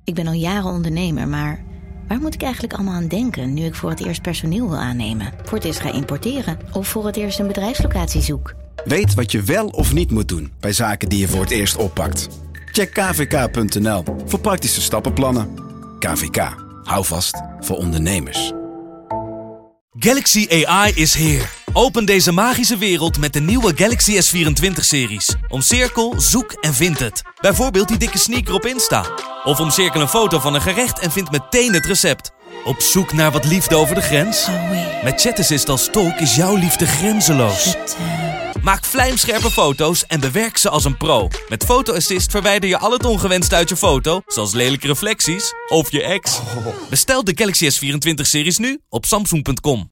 Ik ben al jaren ondernemer, maar waar moet ik eigenlijk allemaal aan denken nu ik voor het eerst personeel wil aannemen, voor het eerst ga importeren of voor het eerst een bedrijfslocatie zoek? Weet wat je wel of niet moet doen bij zaken die je voor het eerst oppakt. Check kvk.nl voor praktische stappenplannen. KVK. Hou vast voor ondernemers. Galaxy AI is here. Open deze magische wereld met de nieuwe Galaxy S24-series. Omcirkel, zoek en vind het. Bijvoorbeeld die dikke sneaker op Insta. Of omcirkel een foto van een gerecht en vind meteen het recept. Op zoek naar wat liefde over de grens? Met ChatAssist als tolk is jouw liefde grenzeloos. Maak vlijmscherpe foto's en bewerk ze als een pro. Met Photo Assist verwijder je al het ongewenste uit je foto, zoals lelijke reflecties of je ex. Bestel de Galaxy S24-series nu op Samsung.com.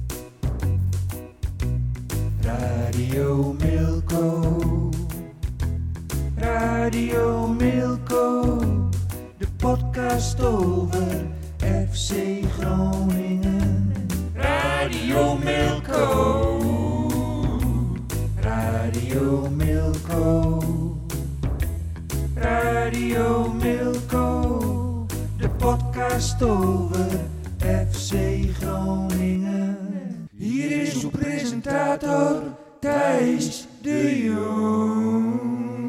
Radio Milko. Radio Milko. De podcast over FC Groningen. Radio Milko. Radio Milko. Radio Milko. De podcast over FC Groningen. Hier is uw presentator Thijs de Jong.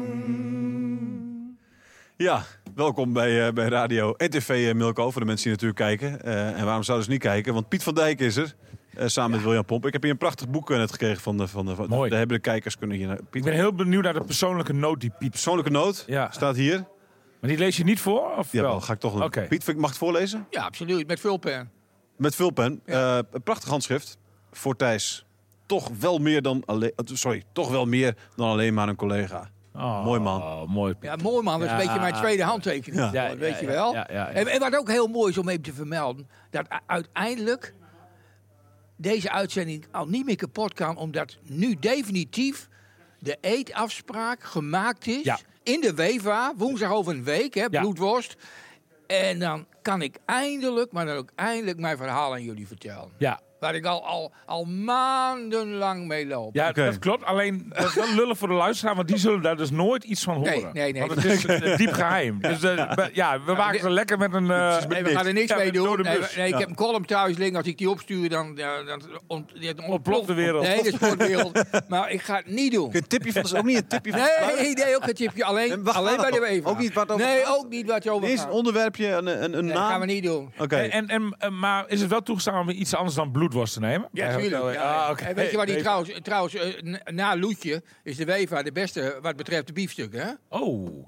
Ja, welkom bij Radio en TV Milko, voor de mensen die natuurlijk kijken. En waarom zouden ze niet kijken? Want Piet van Dijk is er. Samen met William Pomp. Ik heb hier een prachtig boek net gekregen van de hebben de kijkers kunnen hier. Piet. Ik ben heel benieuwd naar de persoonlijke noot die Piet. Persoonlijke noot staat hier. Maar die lees je niet voor? Of ja, wel? Ga ik toch doen. Okay. Piet, mag ik het voorlezen? Ja, absoluut. Met vulpen. Met vulpen. Ja. Een prachtig handschrift voor Thijs. Toch wel meer dan alleen maar een collega. Oh, mooi man. Mooi. Ja, mooi man. Dat is een beetje mijn tweede handtekening. Ja. Weet je wel. En wat ook heel mooi is om even te vermelden, dat uiteindelijk deze uitzending al niet meer kapot kan, omdat nu definitief de eetafspraak gemaakt is in de WEVA, woensdag over een week, bloedworst. En dan kan ik eindelijk mijn verhaal aan jullie vertellen. Ja. Waar ik al maandenlang mee loop. Ja, dat klopt. Alleen, dat is wel lullig voor de luisteraar, want die zullen daar dus nooit iets van horen. Nee. Want het is diep geheim. Dus we maken er lekker met een... we gaan er niks mee doen. Ik heb een column thuis liggen. Als ik die opstuur, dan ontploft de wereld. Nee, dat is de wereld. Maar ik ga het niet doen. Een tipje van, dat is ook niet een tipje van... Nee, ook een tipje. Alleen bij de WEVA. Ook niet wat over... Nee, ook niet wat over... Eens een onderwerpje, een naam? Dat gaan we niet doen. Okay. Maar is het wel toegestaan om iets anders dan bloedworst te nemen? Ja, natuurlijk. Okay. Weet je wat die trouwens na Loetje is de WEVA de beste wat betreft de biefstukken, hè? Oh.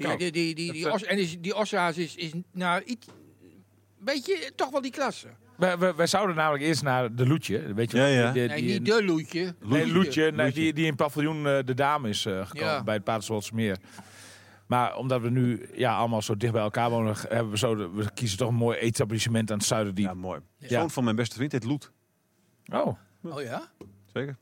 Die ossa's is nou iets... Beetje toch wel die klasse. Wij zouden namelijk eerst naar de Loetje. Weet je wel? Niet de Loetje. Nee, Loetje. Die in paviljoen De Dame is gekomen bij het Paterswoldsmeer. Maar omdat we nu allemaal zo dicht bij elkaar wonen, hebben we kiezen toch een mooi etablissement aan het Zuiderdiep. Ja, mooi. De zoon van mijn beste vriend heet Loet. Oh ja? Zeker.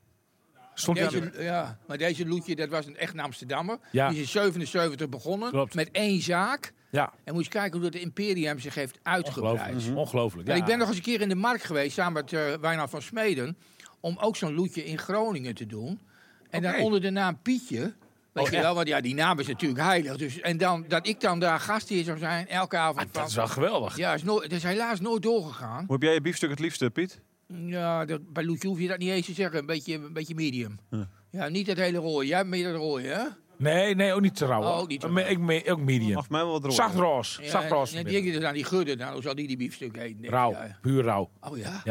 Maar deze Loetje, dat was een echt Amsterdammer. Ja. Die is in 77 begonnen. Klopt. Met één zaak. Ja. En moet je kijken hoe het Imperium zich heeft uitgebreid. Ongelooflijk. Ja. Ik ben nog eens een keer in de markt geweest, samen met Wijnand van Smeden, om ook zo'n Loetje in Groningen te doen. En dan onder de naam Pietje. Weet je wel, want die naam is natuurlijk heilig. Dus, en dan, dat ik dan daar gastheer zou zijn, elke avond. Dat is wel geweldig. Ja, het is helaas nooit doorgegaan. Hoe heb jij je biefstuk het liefste, Piet? Ja, bij Loetje hoef je dat niet eens te zeggen. Een beetje medium. Ja, niet het hele rooie. Jij hebt meer dat rooie, hè? Nee, ook niet te rauw. Ook niet te rauw. Ook medium. Mag mij wel wat rooien. Zacht roos. Die dan die gudden, hoe zal die biefstuk eten? Rauw, puur rauw. Oh ja?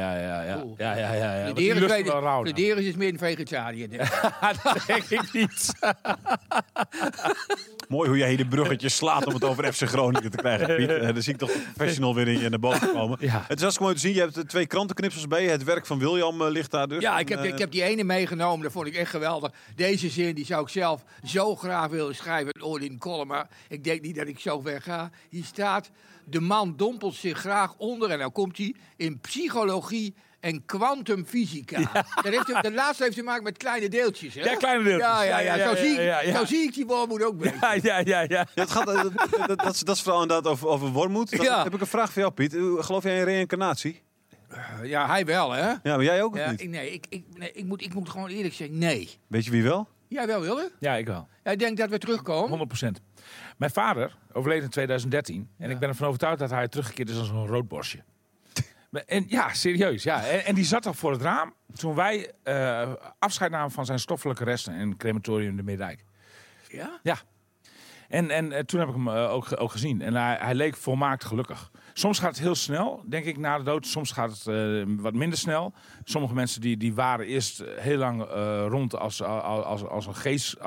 Ja. Plederen is meer een vegetariër. Dat denk ik niet. Mooi hoe jij hier de bruggetjes slaat om het over FC Groningen te krijgen, Piet. Dan zie ik toch professional weer in je naar boven komen. Ja. Het is hartstikke mooi te zien. Je hebt 2 krantenknipsels bij je. Het werk van William ligt daar dus. Ja, ik heb die ene meegenomen. Dat vond ik echt geweldig. Deze zin die zou ik zelf zo graag willen schrijven. Ooit in een column, maar ik denk niet dat ik zo ver ga. Hier staat: de man dompelt zich graag onder, en nou komt hij, in psychologie en kwantumfysica. Ja. De laatste heeft te maken met kleine deeltjes. Hè? Ja, kleine deeltjes. Zo zie ik die wormoed ook mee. Ja. Dat is vooral inderdaad over wormoed. Dan heb ik een vraag voor jou, Piet. Geloof jij in reïncarnatie? Ja, hij wel, hè? Ja, maar jij ook of niet? Nee, ik moet gewoon eerlijk zeggen, nee. Weet je wie wel? Jij wel, Wille? Ja, ik wel. Jij denkt dat we terugkomen? 100%. Mijn vader overleed in 2013. En ik ben ervan overtuigd dat hij teruggekeerd is als een roodborstje. En ja, serieus. Ja. En die zat al voor het raam toen wij afscheid namen van zijn stoffelijke resten in het crematorium de Meerdijk. Ja? Ja. En toen heb ik hem ook gezien. En hij leek volmaakt gelukkig. Soms gaat het heel snel, denk ik, na de dood. Soms gaat het wat minder snel. Sommige mensen die waren eerst heel lang rond als een geest,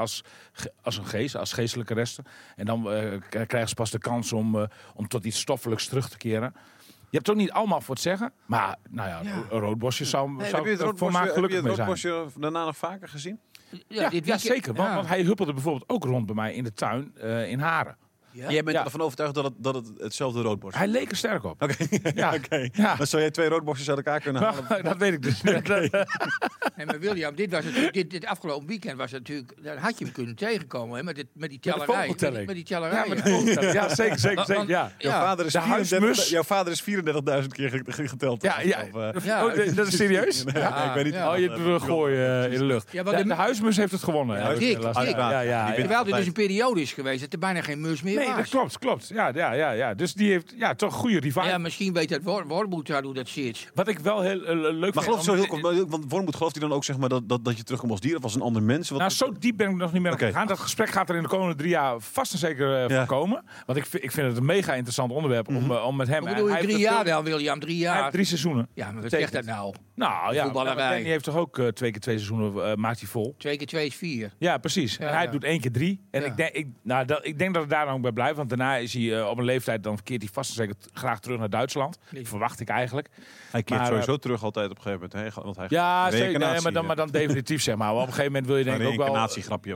als geestelijke resten. En dan krijgen ze pas de kans om tot iets stoffelijks terug te keren. Je hebt het ook niet allemaal voor het zeggen. Maar nou ja, een roodborstje zou volmaakt gelukkig mee zijn. Heb je het roodborstje daarna nog vaker gezien? Ja, zeker. Want hij huppelde bijvoorbeeld ook rond bij mij in de tuin in Haren. Ja? Jij bent ervan overtuigd dat het hetzelfde roodborst is? Hij leek er sterk op. Oké. Ja. Dan zou jij 2 roodborstjes uit elkaar kunnen halen? Dat weet ik dus niet. Nee, maar William, dit afgelopen weekend was het natuurlijk... Daar had je hem kunnen tegenkomen, hè, met die tellerij. Met die tellerij. Ja, zeker. Ja. Jouw vader is 34.000 keer geteld. Dat is serieus? Ja, ik weet niet. Oh, je hebt gooien in de lucht. De huismus heeft het gewonnen. Terwijl er dus een periode is geweest dat er bijna geen mus meer was. Nee, dat klopt. Ja. Dus die heeft toch goede rival. Ja, misschien weet het Wormoed hoe dat zit. Wat ik wel heel leuk vind... Maar geloof zo want Wormoed gelooft hij dan ook zeg maar dat je terugkomt als dier of als een ander mens? Nou, zo diep ben ik nog niet meer gegaan. Dat gesprek gaat er in de komende 3 jaar vast en zeker voorkomen. Want ik vind het een mega interessant onderwerp om met hem... Hoe bedoel je 3 jaar wel, William? 3 jaar? Hij heeft 3 seizoenen. Ja, maar wat zegt dat nou? Nou ja, Danny heeft toch ook 2 keer 2 seizoenen maakt hij vol. 2 keer 2 is 4. Ja, precies. En hij doet 1 keer 3. En ik denk dat het daar dan ook bij blijft. Want daarna is hij op een leeftijd, dan keert hij vast en zeker graag terug naar Duitsland. Dat verwacht ik eigenlijk. Hij keert sowieso terug altijd op een gegeven moment. Want hij zeker. Maar dan definitief zeg maar. Op een gegeven moment wil je denk ik ook wel... Een reïncarnatiegrapje.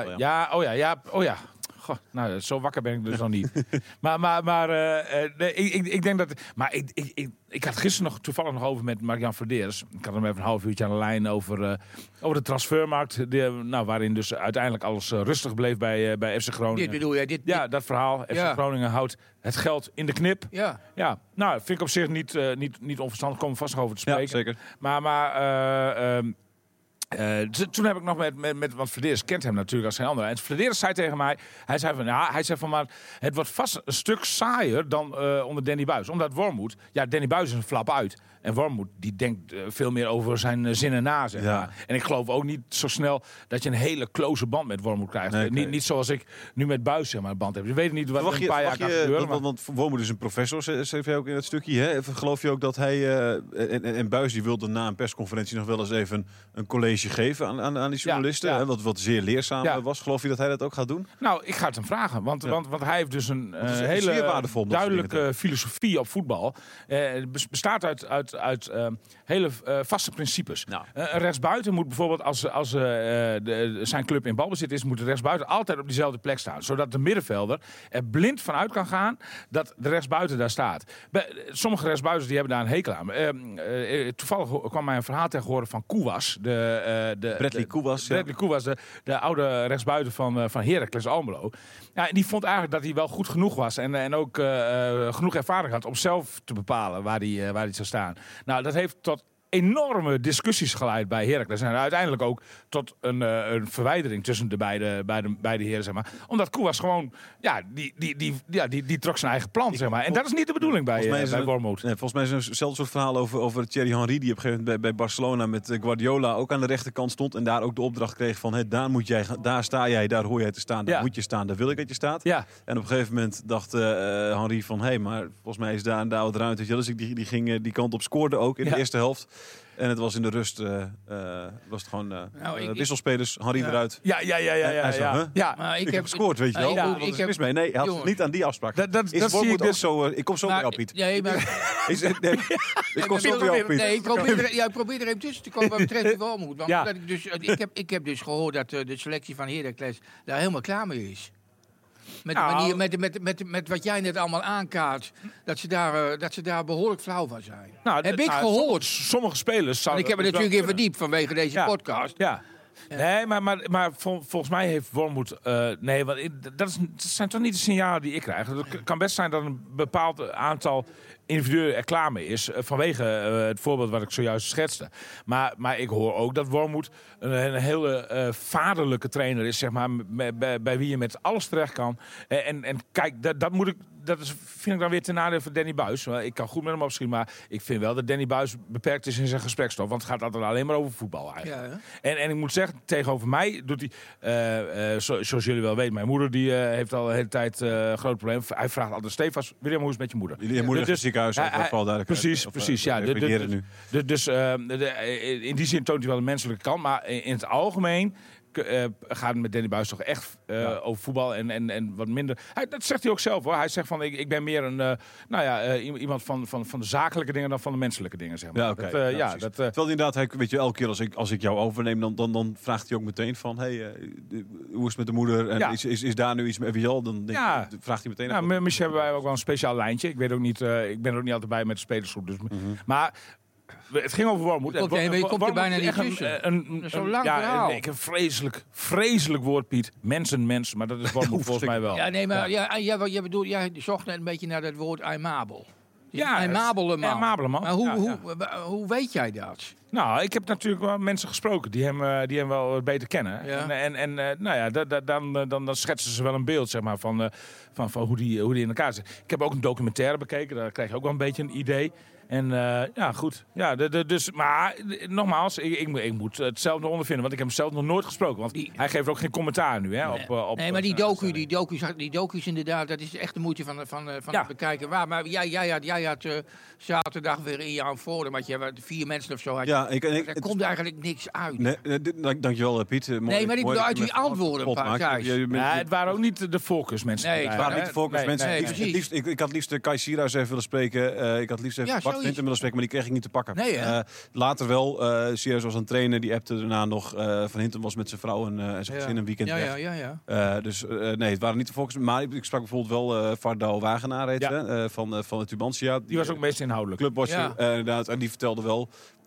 Ja. Goh, nou, zo wakker ben ik dus nog niet. Ik denk dat... Maar ik had gisteren toevallig nog over met Mark-Jan Verdeers. Ik had hem even een half uurtje aan de lijn over de transfermarkt. Waarin dus uiteindelijk alles rustig bleef bij FC Groningen. Dit bedoel jij? Ja, dat verhaal. FC Groningen houdt het geld in de knip. Ja. Nou, vind ik op zich niet onverstandig. Komen we vast nog over te spreken. Ja, zeker. Toen heb ik nog met want Verdeers kent hem natuurlijk als geen ander. En Verdeers zei tegen mij, hij zei van maar het wordt vast een stuk saaier dan onder Danny Buijs. Omdat Wormoed, Danny Buijs is een flap uit. En Wormoed die denkt veel meer over zijn zinnen na, zeg maar. En ik geloof ook niet zo snel dat je een hele close band met Wormoed krijgt. Nee. Niet zoals ik nu met Buijs zeg maar, een band heb. Je weet niet wat er een paar jaar kan gebeuren. Want Wormoed is een professor, schreef jij ook in het stukje. Hè? Geloof je ook dat hij en Buijs die wilde na een persconferentie nog wel eens even een college geven aan die journalisten? Wat zeer leerzaam was. Geloof je dat hij dat ook gaat doen? Nou, ik ga het hem vragen. Want hij heeft dus een hele duidelijke filosofie op voetbal. Het bestaat uit hele vaste principes. Een rechtsbuiten moet bijvoorbeeld, als zijn club in balbezit is, moet de rechtsbuiten altijd op diezelfde plek staan. Zodat de middenvelder er blind vanuit kan gaan dat de rechtsbuiten daar staat. Sommige rechtsbuiters die hebben daar een hekel aan. Toevallig kwam mij een verhaal tegen horen van Kouwas. Bradley Kouwas. Bradley Kouwas, de oude rechtsbuiten van Heracles Almelo. Ja, en die vond eigenlijk dat hij wel goed genoeg was. En ook genoeg ervaring had om zelf te bepalen waar hij zou staan. Nou, dat heeft tot enorme discussies geleid bij Heracles. En uiteindelijk ook tot een verwijdering tussen de beide heren, zeg maar. Omdat Kouwas gewoon, die trok zijn eigen plan, zeg maar. En dat is niet de bedoeling bij Wormoed. Volgens mij is er eenzelfde soort verhaal over Thierry Henry, die op een gegeven moment bij Barcelona met Guardiola ook aan de rechterkant stond. En daar ook de opdracht kreeg van, daar sta jij, daar hoor jij te staan, daar moet je staan, daar wil ik dat je staat. Ja. En op een gegeven moment dacht Henry van, maar volgens mij is daar wat ruimte. Dus die ging die kant op, scoorde ook in de eerste helft. En het was in de rust, was het gewoon wisselspelers, Henry eruit. Maar ik heb gescoord, weet je wel. Wat is er mis mee? Nee, hij had niet aan die afspraak. Dat zie ik dus zo. Ik kom zo bij jou, Piet. Nee, maar... ik kom zo bij jou, Piet. Nee, ik probeer er even tussen te komen wat betreft Wormoed. Want ik heb dus gehoord dat de selectie van Heracles daar helemaal klaar mee is. Met de manier, met wat jij net allemaal aankaart, dat ze daar behoorlijk flauw van zijn. Heb ik gehoord. Sommige spelers... Ik heb er natuurlijk in verdiept vanwege deze podcast. Ja. Nee, maar volgens mij heeft Wormoed... dat zijn toch niet de signalen die ik krijg. Het kan best zijn dat een bepaald aantal individuen er klaar mee is. Vanwege het voorbeeld wat ik zojuist schetste. Maar ik hoor ook dat Wormoed een hele vaderlijke trainer is, zeg maar, bij wie je met alles terecht kan. En kijk, dat vind ik dan weer ten nadele van Danny Buijs. Ik kan goed met hem opschieten, maar ik vind wel dat Danny Buijs beperkt is in zijn gesprekstof. Want het gaat altijd alleen maar over voetbal eigenlijk. Ja, en ik moet zeggen, tegenover mij doet hij, zoals jullie wel weten, mijn moeder die heeft al de hele tijd een groot probleem. Hij vraagt altijd, Stefans, William, hoe is het met je moeder? Je moeder is ziekenhuis, vooral duidelijk. Precies, ja. Dus in die zin toont hij wel de menselijke kant. Maar in het algemeen gaat het met Danny Buijs toch echt over voetbal en wat minder. Dat zegt hij ook zelf, hoor. Hij zegt van, ik ben meer iemand van de zakelijke dingen dan van de menselijke dingen, zeg maar. Ja, oké. Terwijl inderdaad, weet je, elke keer als ik jou overneem, dan vraagt hij ook meteen van, hoe is het met de moeder? En is daar nu iets mee? Dan vraagt hij meteen. Nou, misschien hebben wij ook wel een speciaal lijntje. Ik weet ook niet, ik ben er ook niet altijd bij met de spelersgroep. Dus, maar het ging over Wormoed. Je komt er bijna niet tussen. Zo'n lang verhaal. Een vreselijk woord, Piet. Mens, maar dat is Wormoed volgens mij wel. Ja, nee, maar jij bedoelt, jij zocht net een beetje naar dat woord aimabel. Ja, aimabele man. Maar hoe weet jij dat? Nou, ik heb natuurlijk wel mensen gesproken die hem wel beter kennen. Ja. Dan schetsen ze wel een beeld, zeg maar, van hoe die in elkaar zit. Ik heb ook een documentaire bekeken, daar krijg je ook wel een beetje een idee. En goed. Ja, dus, maar nogmaals, ik moet hetzelfde ondervinden, want ik heb hem zelf nog nooit gesproken. Want hij geeft ook geen commentaar nu. Hè, nee, maar die docu's inderdaad, dat is echt de moeite van het bekijken. Maar jij had zaterdag weer in jouw forum, want je hebt 4 mensen of zo. Er komt eigenlijk niks uit. Nee, dankjewel, Piet. Nee, maar ik bedoel uit die antwoorden, Thijs. Het waren ook niet de focusmensen. Nee, het waren niet de focusmensen. Ik had liefst Kai Sierhuis even willen spreken. Ik had liefst even Bart Vinten willen spreken, maar die kreeg ik niet te pakken. Nee, later wel. Sierhuis was aan het trainen. Die appte daarna nog. Van Hinten was met zijn vrouw en zijn gezin een weekend weg. Dus het waren niet de focus. Maar ik sprak bijvoorbeeld wel Vardouw Wagenaar, van het Tubantia. Die was ook meest inhoudelijk. Clubwatcher, inderdaad. En die vertelde wel,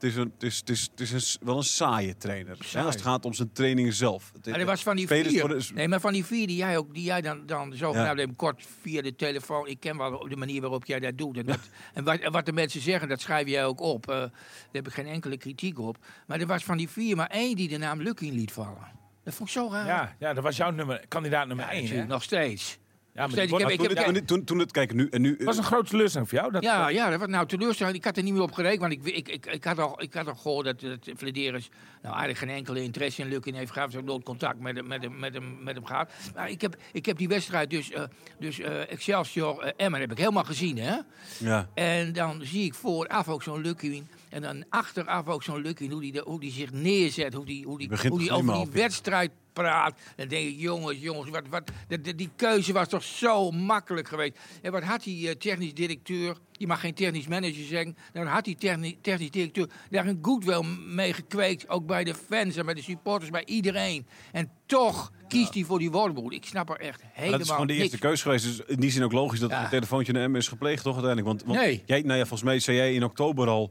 het is wel een saaie trainer. Saai. Als het gaat om zijn training zelf. Dat was van die 4. Nee, maar van die 4 die jij dan zogenaamd kort via de telefoon. Ik ken wel de manier waarop jij dat doet. En wat de mensen zeggen, dat schrijf jij ook op. Daar heb ik geen enkele kritiek op. Maar er was van die 4 maar 1 die de naam Lukien liet vallen. Dat vond ik zo raar. Ja, dat was jouw kandidaat nummer 1. Nog steeds. Ja, toen het kijken nu. Het was een grote teleurstelling voor jou. Dat was teleurstelling. Ik had er niet meer op gerekend, want ik had al gehoord dat Flederis eigenlijk geen enkele interesse in Lukien heeft gehad. Ze hebben nooit contact met hem gehad. Maar ik heb die wedstrijd dus Excelsior Emmen heb ik helemaal gezien, hè? Ja. En dan zie ik vooraf ook zo'n Lukien. En dan achteraf ook zo'n Lukien, hoe die zich neerzet, hoe die over die wedstrijd praat. Dan denk ik, jongens, die keuze was toch zo makkelijk geweest. En wat had die technisch directeur, je mag geen technisch manager zeggen, dan had die technisch directeur daar een goodwill mee gekweekt, ook bij de fans en bij de supporters, bij iedereen. En toch kiest hij voor die Wormoed. Ik snap er echt helemaal niks. Dat is gewoon de eerste keuze geweest. Dus in die zin ook logisch dat het telefoontje naar hem is gepleegd, toch uiteindelijk? Want volgens mij zei jij in oktober al.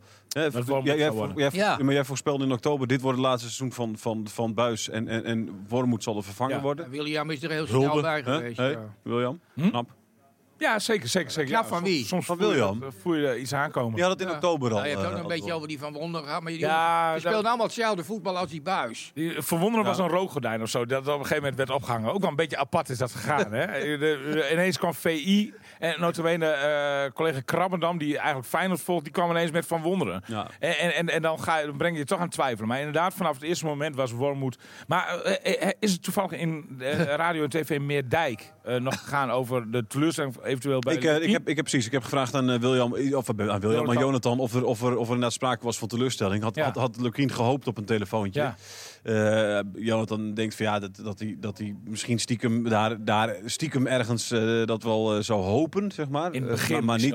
Jij voorspelde in oktober, dit wordt het laatste seizoen van Buijs en Wormoed zal er vervangen worden. William is er heel snel bij geweest. William, knap. Ja, zeker. Knap van wie? Soms van William. Voel je iets aankomen. Je had het in oktober al. Je hebt ook nog een beetje over die Van Wonderen gehad. Maar die speelden allemaal hetzelfde voetbal als die Buijs. Van Wonderen was een rookgordijn of zo. Dat op een gegeven moment werd opgehangen. Ook wel een beetje apart is dat gegaan. Hè? Ineens kwam VI. En notabene collega Krabbendam, die eigenlijk Feyenoord volgt, die kwam ineens met Van Wonderen. Ja. En dan breng je je toch aan twijfelen. Maar inderdaad, vanaf het eerste moment was Wormoed. Maar is het toevallig in radio en tv meer Dijk nog gegaan over de teleurstelling eventueel bij ik heb gevraagd aan William, aan Jonathan, of er inderdaad sprake was van teleurstelling. Had Lukien gehoopt op een telefoontje. Ja. Jonathan denkt van dat hij misschien stiekem ergens dat wel zou hopen, zeg maar. In het begin, maar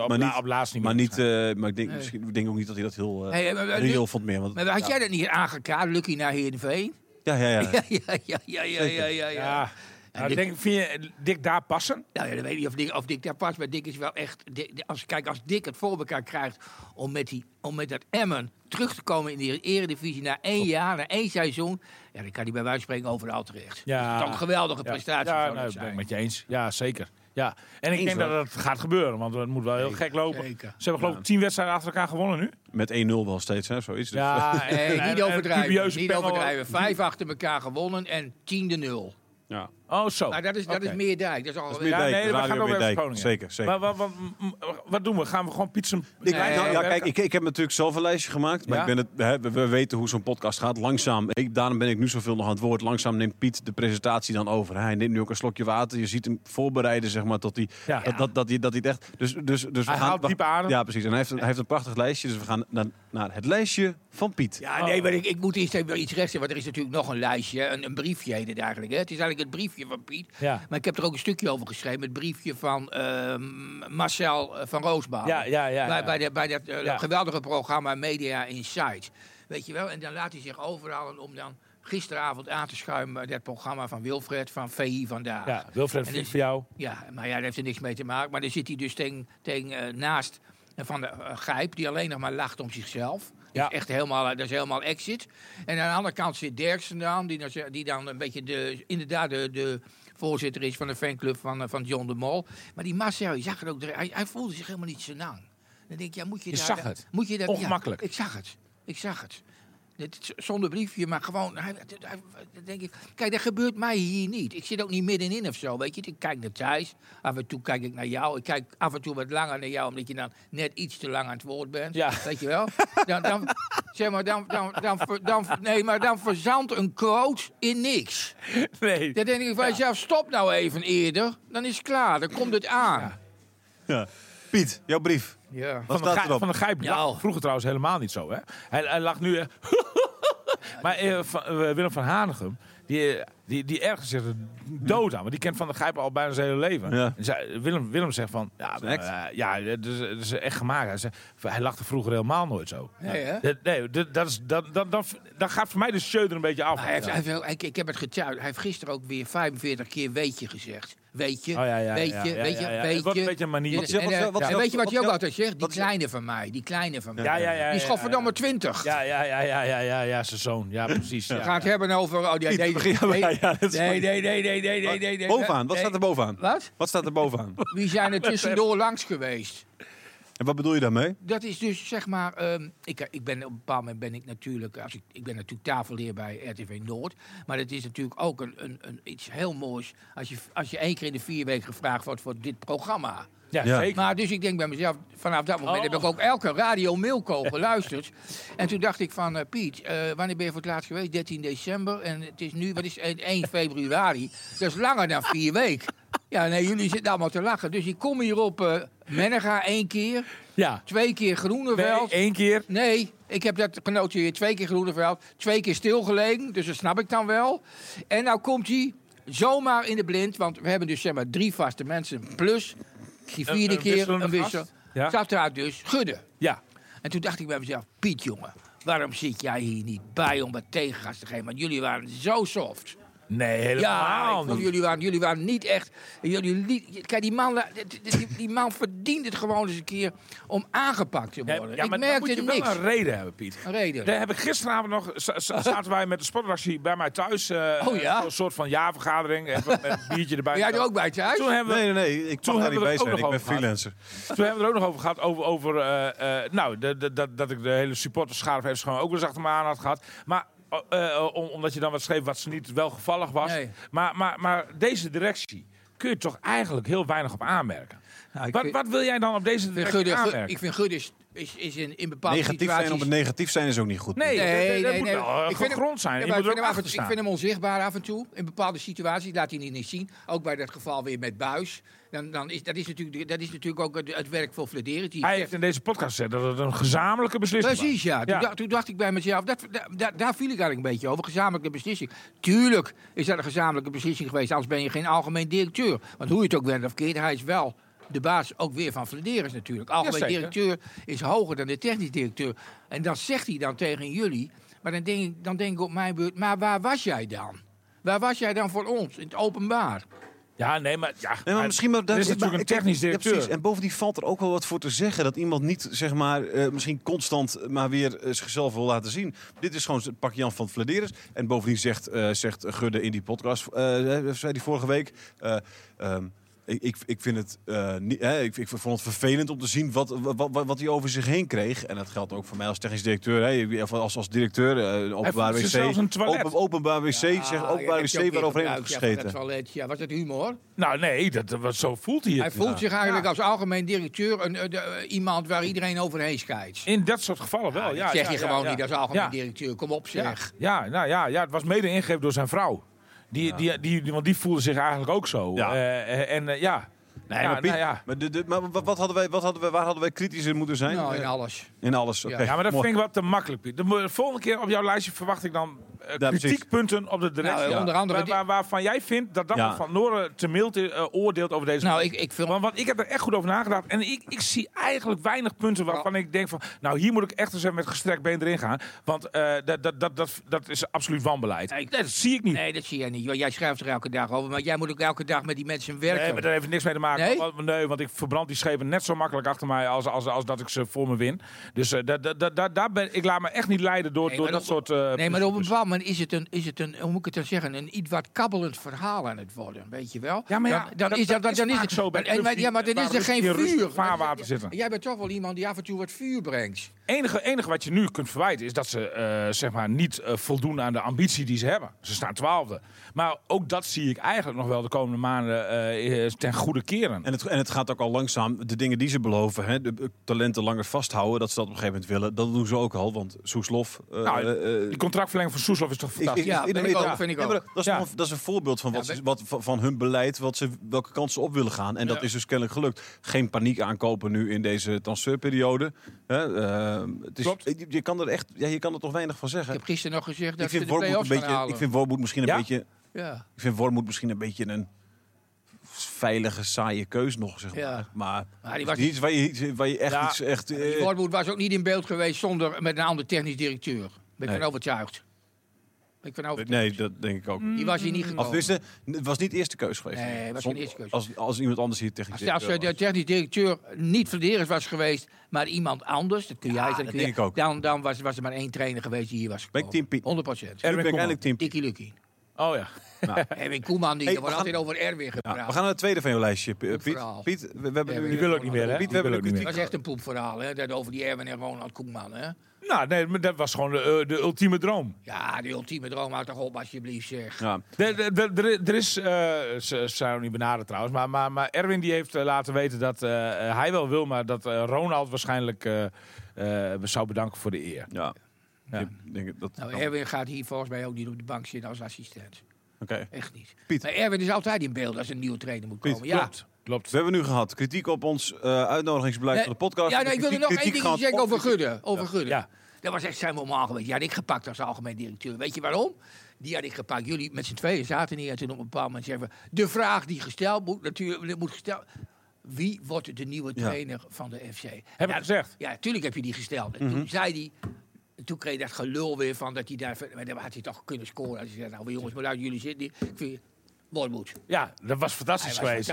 ik denk ook niet dat hij dat heel reëel vond meer. Want, maar had jij dat niet aangekaart, Lukien naar Heerenveen? Ja. Vind je Dick daar passen? Nou ja, dan weet ik niet of Dick daar past. Maar Dick is wel echt... Als Dick het voor elkaar krijgt om met dat Emmen terug te komen in de Eredivisie na 1 jaar, na 1 seizoen... Ja, dan kan hij bij wijze van spreken overal terecht. Ja. Dat is toch een geweldige prestatie. Ja, dat ben ik met je eens. Ja, zeker. Ja. En ik denk dat het gaat gebeuren, want het moet wel heel gek lopen. Zeker. Ze hebben geloof ik 10 wedstrijden achter elkaar gewonnen nu. Met 1-0 wel steeds, hè? Zoiets. Dus. Ja, niet overdrijven. Niet overdrijven. 5 achter elkaar gewonnen en 10-0. Ja. Oh, zo. Maar dat is Meerdijk. Dat is al we gaan over Groningen. Zeker. Maar wat doen we? Gaan we gewoon pizza? Ik heb natuurlijk zelf een lijstje gemaakt. Maar we weten hoe zo'n podcast gaat. Langzaam. Daarom ben ik nu zoveel nog aan het woord. Langzaam neemt Piet de presentatie dan over. Hij neemt nu ook een slokje water. Je ziet hem voorbereiden, zeg maar, tot hij dat hij het echt... Dus we gaan diep adem. Ja, precies. En hij heeft een prachtig lijstje. Dus we gaan naar het lijstje van Piet. Ja, nee, maar ik moet eerst even iets rechtzetten. Want er is natuurlijk nog een lijstje. Een briefje heet het eigenlijk. Hè? Het is eigenlijk het briefje van Piet. Ja. Maar ik heb er ook een stukje over geschreven. Het briefje van Marcel van Roosbaan. Bij dat geweldige programma Media Insight. Weet je wel? En dan laat hij zich overhalen om dan gisteravond aan te schuimen bij dat programma van Wilfred van VI Vandaag. Ja, Wilfred vriend voor jou. Ja, maar daar heeft er niks mee te maken. Maar dan zit hij dus naast Van de Gijp, die alleen nog maar lacht om zichzelf. Ja. Dat is helemaal exit. En aan de andere kant zit Derksen dan, die dan een beetje de voorzitter is van de fanclub van John de Mol. Maar die Marcel, je zag het ook, hij voelde zich helemaal niet zo lang. Dan denk ik, je zag het. Ongemakkelijk. Ja, ik zag het. Zonder briefje, maar gewoon... Dan denk ik, kijk, dat gebeurt mij hier niet. Ik zit ook niet middenin of zo, weet je. Ik kijk naar Thijs, af en toe kijk ik naar jou. Ik kijk af en toe wat langer naar jou, omdat je dan net iets te lang aan het woord bent. Ja. Weet je wel? Dan verzandt een quote in niks. Nee. Dan denk ik van jezelf, stop nou even eerder. Dan is het klaar, dan komt het aan. Ja. Piet, jouw brief. Ja. Van de Gijp lag vroeger trouwens helemaal niet zo, hè? Hij lag nu... maar Willem van Hanegem, die ergens zich dood aan. Want die kent Van de Gijp al bijna zijn hele leven. Ja. En Willem zegt van... dat is echt gemaakt. Hij lachte vroeger helemaal nooit zo. Nee, dat gaat voor mij de show er een beetje af. Ik heb het getuigd. Hij heeft gisteren ook weer 45 keer weetje gezegd. Weet je. Het wordt een beetje een manier. En weet je wat je ook altijd zegt? Die kleine van mij. Die is godverdomme 20. Ja, zijn zoon. Ja, precies. We gaan het hebben over... Nee. Bovenaan, wat staat er bovenaan? Wat staat er bovenaan? Wie zijn er tussendoor langs geweest? En wat bedoel je daarmee? Dat is dus, zeg maar... ik ben op een bepaald moment ben ik natuurlijk... Ik ben natuurlijk tafelheer bij RTV Noord. Maar het is natuurlijk ook iets heel moois... Als je 1 keer in de 4 weken gevraagd wordt voor dit programma. Ja, zeker. Maar dus ik denk bij mezelf... Vanaf dat moment heb ik ook elke Radio Milko geluisterd. En toen dacht ik van... Piet, wanneer ben je voor het laatst geweest? 13 december. En het is nu... Wat is 1 februari? Dat is langer dan 4 weken. Ja, nee, jullie zitten allemaal te lachen. Dus ik kom hier op Mennega 1 keer. Ja. 2 keer Groeneveld. Nee, 1 keer? Nee, ik heb dat genoteerd. 2 keer Groeneveld. 2 keer stilgelegen. Dus dat snap ik dan wel. En nou komt hij zomaar in de blind. Want we hebben dus zeg maar 3 vaste mensen. Plus die 4e keer een wissel. Ja. Zat eruit dus Gudde. Ja. En toen dacht ik bij mezelf, Piet jongen. Waarom zit jij hier niet bij om wat tegengas te geven? Want jullie waren zo soft. Nee, helemaal niet. Jullie waren niet echt... Kijk, die man verdient het gewoon eens een keer om aangepakt te worden. Ja, maar dan moet je wel een reden hebben, Piet. Een reden. Daar heb ik gisteravond nog... Zaten wij met de sportredactie bij mij thuis. Een soort van jaarvergadering. Met een biertje erbij. Ben jij er ook bij thuis? Nee. Ik mag daar niet bij zijn. Ik ben freelancer. Toen hebben we er ook nog over gehad. Dat ik de hele supporterschade even gewoon ook wel eens achter me aan had gehad. Maar... omdat je dan wat schreef wat ze niet wel gevallig was. Nee. Maar deze directie kun je toch eigenlijk heel weinig op aanmerken. Nou, wat wil jij dan op deze directie aanmerken? Ik vind Gudde is in bepaalde negatief situaties... zijn op het negatief zijn is ook niet goed. Nee, dat moet wel grond zijn. Ik vind hem onzichtbaar af en toe. In bepaalde situaties laat hij niet zien. Ook bij dat geval weer met Buis. Dat is natuurlijk ook het werk voor Flederis. Hij heeft in deze podcast gezegd dat het een gezamenlijke beslissing was. Precies, ja. Toen dacht ik bij mezelf, daar viel ik eigenlijk een beetje over. Gezamenlijke beslissing. Tuurlijk is dat een gezamenlijke beslissing geweest. Anders ben je geen algemeen directeur. Want hoe je het ook bent of keert, hij is wel... De baas ook weer van Flederis natuurlijk. Algemeen directeur is hoger dan de technisch directeur. En dan zegt hij dan tegen jullie... Maar dan denk ik op mijn beurt... Maar waar was jij dan? Waar was jij dan voor ons? In het openbaar? Ja, nee, maar misschien maar er is natuurlijk een technisch directeur. Ja, en bovendien valt er ook wel wat voor te zeggen. Dat iemand niet, zeg maar, misschien constant maar weer zichzelf wil laten zien. Dit is gewoon het pakje Jan van Vladeres. En bovendien zegt Gudde in die podcast, zei hij vorige week... Ik vind het niet. Ik vond het vervelend om te zien wat hij over zich heen kreeg. En dat geldt ook voor mij als technisch directeur. Als directeur, openbaar wc. Openbaar wc, openbaar wc waaroverheen wordt gescheten. Ja, was dat humor? Nou nee, zo voelt hij het. Hij voelt zich eigenlijk als algemeen directeur iemand waar iedereen overheen scheidt. In dat soort gevallen wel, ja. Dat zeg je gewoon niet als algemeen directeur. Kom op, zeg. Ja, het was mede ingegeven door zijn vrouw. Want die voelde zich eigenlijk ook zo. Ja. Maar waar hadden wij kritisch in moeten zijn? Nou, in alles. In alles, oké. Ja, maar dat vind ik wel te makkelijk, Piet. De volgende keer op jouw lijstje verwacht ik dan kritiekpunten op de directie. Onder andere waarvan jij vindt dat Van Noren te mild oordeelt over deze... Nou, ik vind... Want ik heb er echt goed over nagedacht. En ik zie eigenlijk weinig punten waarvan ik denk van... Nou, hier moet ik echt eens met gestrekt been erin gaan. Want dat is absoluut wanbeleid. Dat zie ik niet. Nee, dat zie jij niet. Jij schrijft er elke dag over. Maar jij moet ook elke dag met die mensen werken. Nee, maar daar heeft niks mee te maken. Nee? Want ik verbrand die schepen net zo makkelijk achter mij als dat ik ze voor me win. Dus ik laat me echt niet leiden door dat soort... nee, maar op een bepaald moment is het een, hoe moet ik het dan zeggen, een iets wat kabbelend verhaal aan het worden, weet je wel? Ja, maar dan is het zo bij maar dan is er geen vuur. Vaarwater zitten. Jij bent toch wel iemand die af en toe wat vuur brengt. Enige wat je nu kunt verwijten is dat ze zeg maar niet voldoen aan de ambitie die ze hebben. Ze staan 12e. Maar ook dat zie ik eigenlijk nog wel de komende maanden ten goede keren. En het gaat ook al langzaam. De dingen die ze beloven, hè, de talenten langer vasthouden, dat ze dat op een gegeven moment willen, dat doen ze ook al. Want Soeslof... die contractverlenging van Soeslof is toch fantastisch? Vind ik ook. Dat is een voorbeeld van van hun beleid, welke kant ze op willen gaan. En dat is dus kennelijk gelukt. Geen paniek aankopen nu in deze transferperiode. Je kan er echt, je kan er toch weinig van zeggen. Ik heb gisteren nog gezegd dat ze de play-offs gaan halen. Ik vind Wormoed misschien een beetje... Ja. Ik vind Wormoed misschien een beetje een veilige, saaie keus nog, zeg maar. Ja. Maar die was iets waar je echt iets echt... Wormoed was ook niet in beeld geweest met een ander technisch directeur. Ben ik van overtuigd. Nee, dat denk ik ook. Die was hier niet gekomen. Het was niet de eerste keus geweest. Nee, het was geen eerste keus. Als iemand anders hier technisch directeur Als de technisch directeur niet Vladeres was geweest, maar iemand anders, dat kun jij dat denk ik ook. Dan was er maar één trainer geweest die hier was gekomen. Ben ik team Piet. 100%. En ben ik eigenlijk team Piet. Dikkie Lucky. Oh ja. Erwin Koeman, er wordt altijd over Erwin gepraat. We gaan naar het tweede van jouw lijstje, Piet. We hebben die wil ook niet meer, hè? Piet, we hebben een kritiek. Dat was echt een poepverhaal, hè? Dat over die Erwin en Ronald Koeman, hè? Nou, nee, maar dat was gewoon de ultieme droom. Ja, de ultieme droom, houd toch op alsjeblieft, zeg. Ja. Er is, ze zijn nog niet benaderd trouwens, maar Erwin die heeft laten weten dat hij wel wil, maar dat Ronald waarschijnlijk zou bedanken voor de eer. Ja. Denk dat Erwin gaat hier volgens mij ook niet op de bank zitten als assistent. Okay. Echt niet. Piet. Maar Erwin is altijd in beeld als een nieuwe trainer moet komen. Piet, ja. Klopt. We hebben nu gehad kritiek op ons uitnodigingsbeleid van de podcast. Ja, ik wilde nog één ding zeggen over Gudde. Gudde. Ja. Dat was echt zijn moment geweest. Die had ik gepakt als algemeen directeur. Weet je waarom? Die had ik gepakt. Jullie met z'n tweeën zaten hier en toen op een bepaald moment zeggen we, de vraag die gesteld moet gesteld. Wie wordt de nieuwe trainer van de FC? Heb ik gezegd? Ja, natuurlijk heb je die gesteld. En toen zei hij... Toen kreeg je dat gelul weer van dat hij daar... Maar dan had hij toch kunnen scoren. Als hij zei, nou jongens, maar uit jullie zitten niet. Ik vind Wormoed. Ja, dat was fantastisch geweest.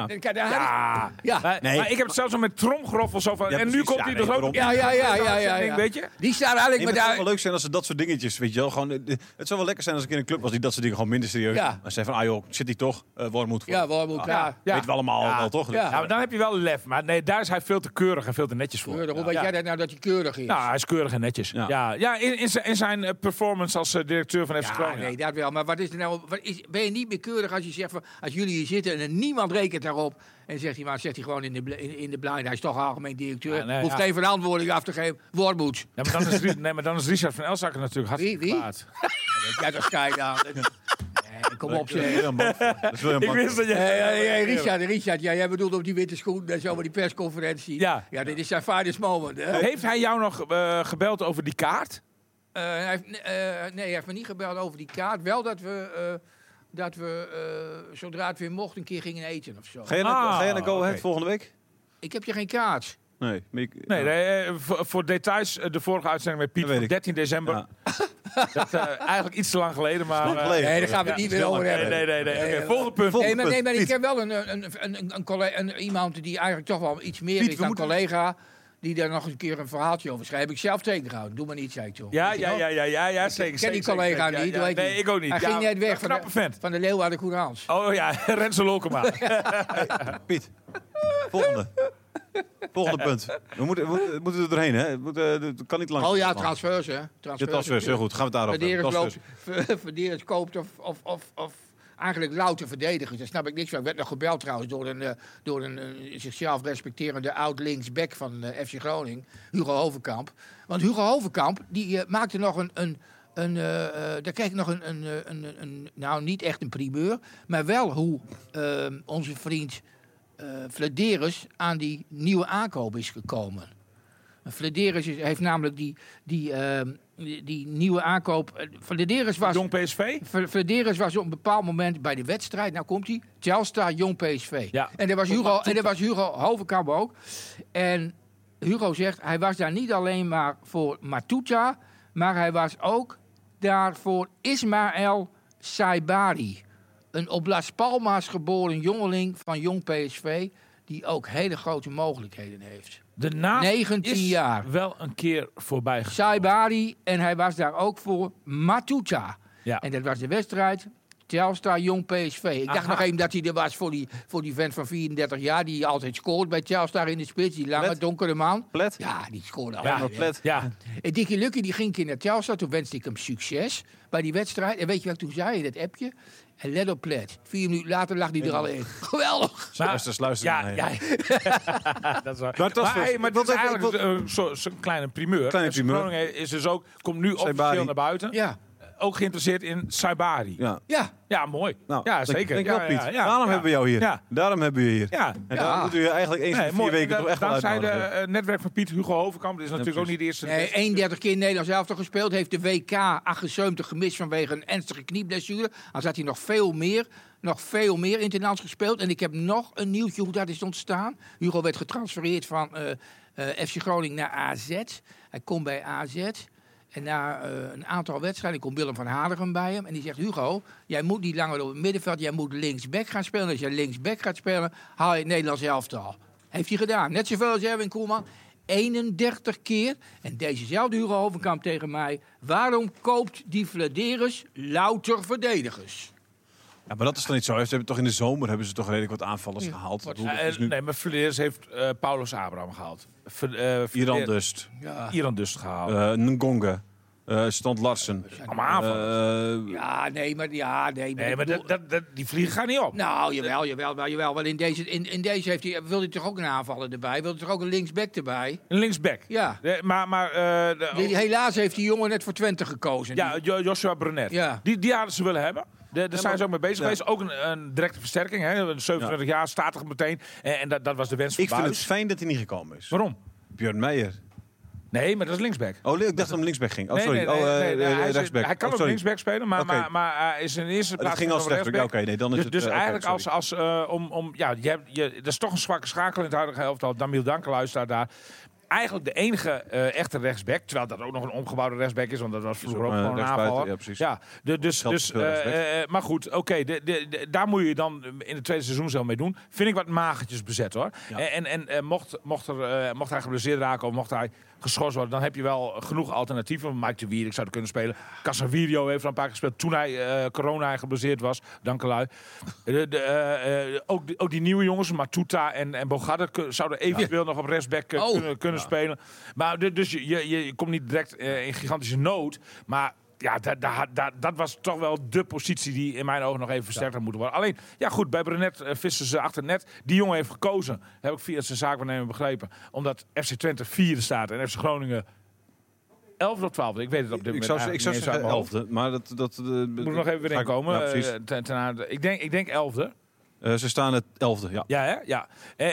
Maar ik heb het zelfs al met tromgeroffel zo van... en nu komt hij dus ook... Ja. Weet je? Die staan eigenlijk met... Het zou wel leuk zijn als ze dat soort dingetjes, weet je wel. Gewoon, het zou wel lekker zijn als ik in een club was die dat soort dingen gewoon minder serieus. Ja. Maar zei van, joh, zit hij toch? Wormoed. Ja, Wormoed, ja. Weten we allemaal wel, toch? Ja. Maar dan heb je wel lef. Maar nee, daar is hij veel te keurig en veel te netjes voor. Hoe weet jij dat nou dat hij keurig is? Nou, hij is keurig en netjes. Ja, in zijn performance als directeur van FC Groningen. Nee, dat wel. Maar wat is er nou? Ben je niet meer keurig als je zegt van, als jullie hier zitten en niemand rekent daarop en zegt hij gewoon in de blind, hij is toch algemeen directeur, hoeft geen verantwoording af te geven. Wormoed. Ja, maar dan is Richard van Elzakker natuurlijk hartstikke kwaad. Ja, dat schijt aan. Kom op, zeg. Ik wist dat je... Richard, jij bedoelt op die witte schoen en zo bij die persconferentie. Ja, dit is zijn finest moment. Hè? Heeft hij jou nog gebeld over die kaart? Hij heeft me niet gebeld over die kaart. Wel dat we zodra het weer mocht, een keer gingen eten of zo. Ga je naar Go Ahead volgende week? Ik heb je geen kaart. Nee, voor details, de vorige uitzending met Piet van 13 december. Dat eigenlijk iets te lang geleden, maar... nee, daar gaan we het niet meer over hebben. Nee. Okay, volgende punt. Nee, maar ik heb wel iemand die eigenlijk toch wel iets meer is dan een collega... die daar nog eens een keer een verhaaltje over schrijft. Heb ik zelf tegengehouden. Doe maar niet, zei ik toch. Ja, zeker. Ik ken die collega niet. Nee, ik ook niet. Hij ging net weg van de Leeuwarden Courants. Oh ja, Renze Lokema. Piet, volgende punt. We moeten er doorheen, hè? Het kan niet lang. Oh ja, transfers, hè? Transfers, heel goed. Gaan we het daarover hebben. Verdedigers koopt of eigenlijk louter verdedigers. Daar snap ik niks van. Ik werd nog gebeld trouwens door een zichzelf respecterende oud-linksback van FC Groningen, Hugo Hovenkamp. Want Hugo Hovenkamp die maakte nog daar kreeg ik nog nou niet echt een primeur, maar wel hoe onze vriend Flederis aan die nieuwe aankoop is gekomen. Flederis heeft namelijk die nieuwe aankoop. Flederis was Jong PSV? Flederis was op een bepaald moment bij de wedstrijd. Nou komt hij. Telstar, Jong PSV. Ja. En daar was Hugo Hovenkamp ook. En Hugo zegt, hij was daar niet alleen maar voor Matuta, maar hij was ook daar voor Ismaël Saibari. Een op Las Palmas geboren jongeling van Jong PSV, die ook hele grote mogelijkheden heeft. De naam 19 is jaar. Wel een keer voorbij gegaan. Saibari, en hij was daar ook voor Matuta. Ja. En dat was de wedstrijd Telstar Jong PSV. Ik dacht nog even dat hij er was voor die vent van 34 jaar... die altijd scoort bij Telstar in de spits. Die lange, donkere man. Plet? Ja, die scoorde altijd. Plet. Ja. En Dickie Lucky die ging een keer naar Telstar. Toen wenste ik hem succes bij die wedstrijd. En weet je wat ik toen zei in dat appje? En let op Plet. 4 minuten later lag hij er al in. Geweldig. Luister. Ja. Dat is waar. Maar dat is eigenlijk zo'n kleine primeur. Groningen is dus ook, komt nu officieel naar buiten. Ja. Ook geïnteresseerd in Saibari. Ja, mooi. Nou, ja, zeker. Denk wel, Piet. Daarom hebben we jou hier. Ja. Daarom hebben we je hier. Ja. En dan moeten we je eigenlijk eens in 4 weken toch echt wel uitnodigen. Dankzij het netwerk van Piet, Hugo Hovenkamp. Dat is natuurlijk ook niet de eerste. Nee, 31 keer in Nederlands elftal gespeeld. Heeft de WK 78 gemist vanwege een ernstige knieblessure. Dan zat hij nog veel meer internationals gespeeld. En ik heb nog een nieuwtje hoe dat is ontstaan. Hugo werd getransfereerd van FC Groningen naar AZ. Hij komt bij AZ. En na een aantal wedstrijden komt Willem van Hadegem bij hem. En die zegt, Hugo, jij moet niet langer op het middenveld. Jij moet linksback gaan spelen. Als jij linksback gaat spelen, haal je het Nederlands elftal. Heeft hij gedaan. Net zoveel als Erwin Koeman. 31 keer. En dezezelfde Hugo Hovenkamp tegen mij. Waarom koopt die Flederis louter verdedigers? Ja, maar dat is dan niet zo. Ze hebben toch in de zomer toch redelijk wat aanvallers gehaald. Nee, maar Flederis heeft Paulus Abraham gehaald. Iran Dust. Ja. Iran Dust gehaald. Ngonga. Stand Larsen. Allemaal aanvallers. Nee, maar die vliegen gaan niet op. Nou, jawel. Want in deze wil hij toch ook een aanvaller erbij? Wil hij toch ook een linksback erbij? Een linksback? Ja. Helaas heeft die jongen net voor Twente gekozen. Ja, Joshua Brunet. Ja. Die hadden ze willen hebben. Daar zijn ze ook mee bezig geweest. Ook een directe versterking. Hè? 27 jaar, statig meteen. En dat was de wens van Ik vind het fijn dat hij niet gekomen is. Waarom? Björn Meijer. Nee, maar dat is linksback. Oh, ik dacht dat hij linksback ging. Nee, rechtsback. Hij kan ook linksback spelen, maar hij is in eerste plaats... Dat ging als rechtsback. Oké, nee, dan is het... Dus eigenlijk dat is toch een zwakke schakel in het huidige elftal. Damiel Dankelui staat daar. Eigenlijk de enige echte rechtsback. Terwijl dat ook nog een omgebouwde rechtsback is. Want dat was vroeger ook gewoon een aanvaller. Ja, precies. Ja, maar goed, oké. Daar moet je dan in het tweede seizoen zo mee doen. Vind ik wat magertjes bezet, hoor. Ja. En mocht hij geblesseerd raken of mocht hij geschorst worden, dan heb je wel genoeg alternatieven. Mike de Wierik zou er kunnen spelen. Casavirio heeft er een paar keer gespeeld toen hij corona geblesseerd was. Dankelui. Ook die nieuwe jongens, Matuta en Bogarde, zouden eventueel nog op rechtsback kunnen spelen. Maar dus je komt niet direct in gigantische nood. Maar ja, dat was toch wel de positie die in mijn ogen nog even versterkt had moeten worden. Alleen, ja goed, bij Brunet vissen ze achter net. Die jongen heeft gekozen, heb ik via zijn zaakwaarnemer begrepen. Omdat FC Twente 4e staat en FC Groningen 11 of 12. Ik weet het op dit moment. Ik zou zeggen 11e, maar dat moet nog even weer inkomen. Ik denk 11e. Ze staan het 11e, ja. Ja, hè? Ja.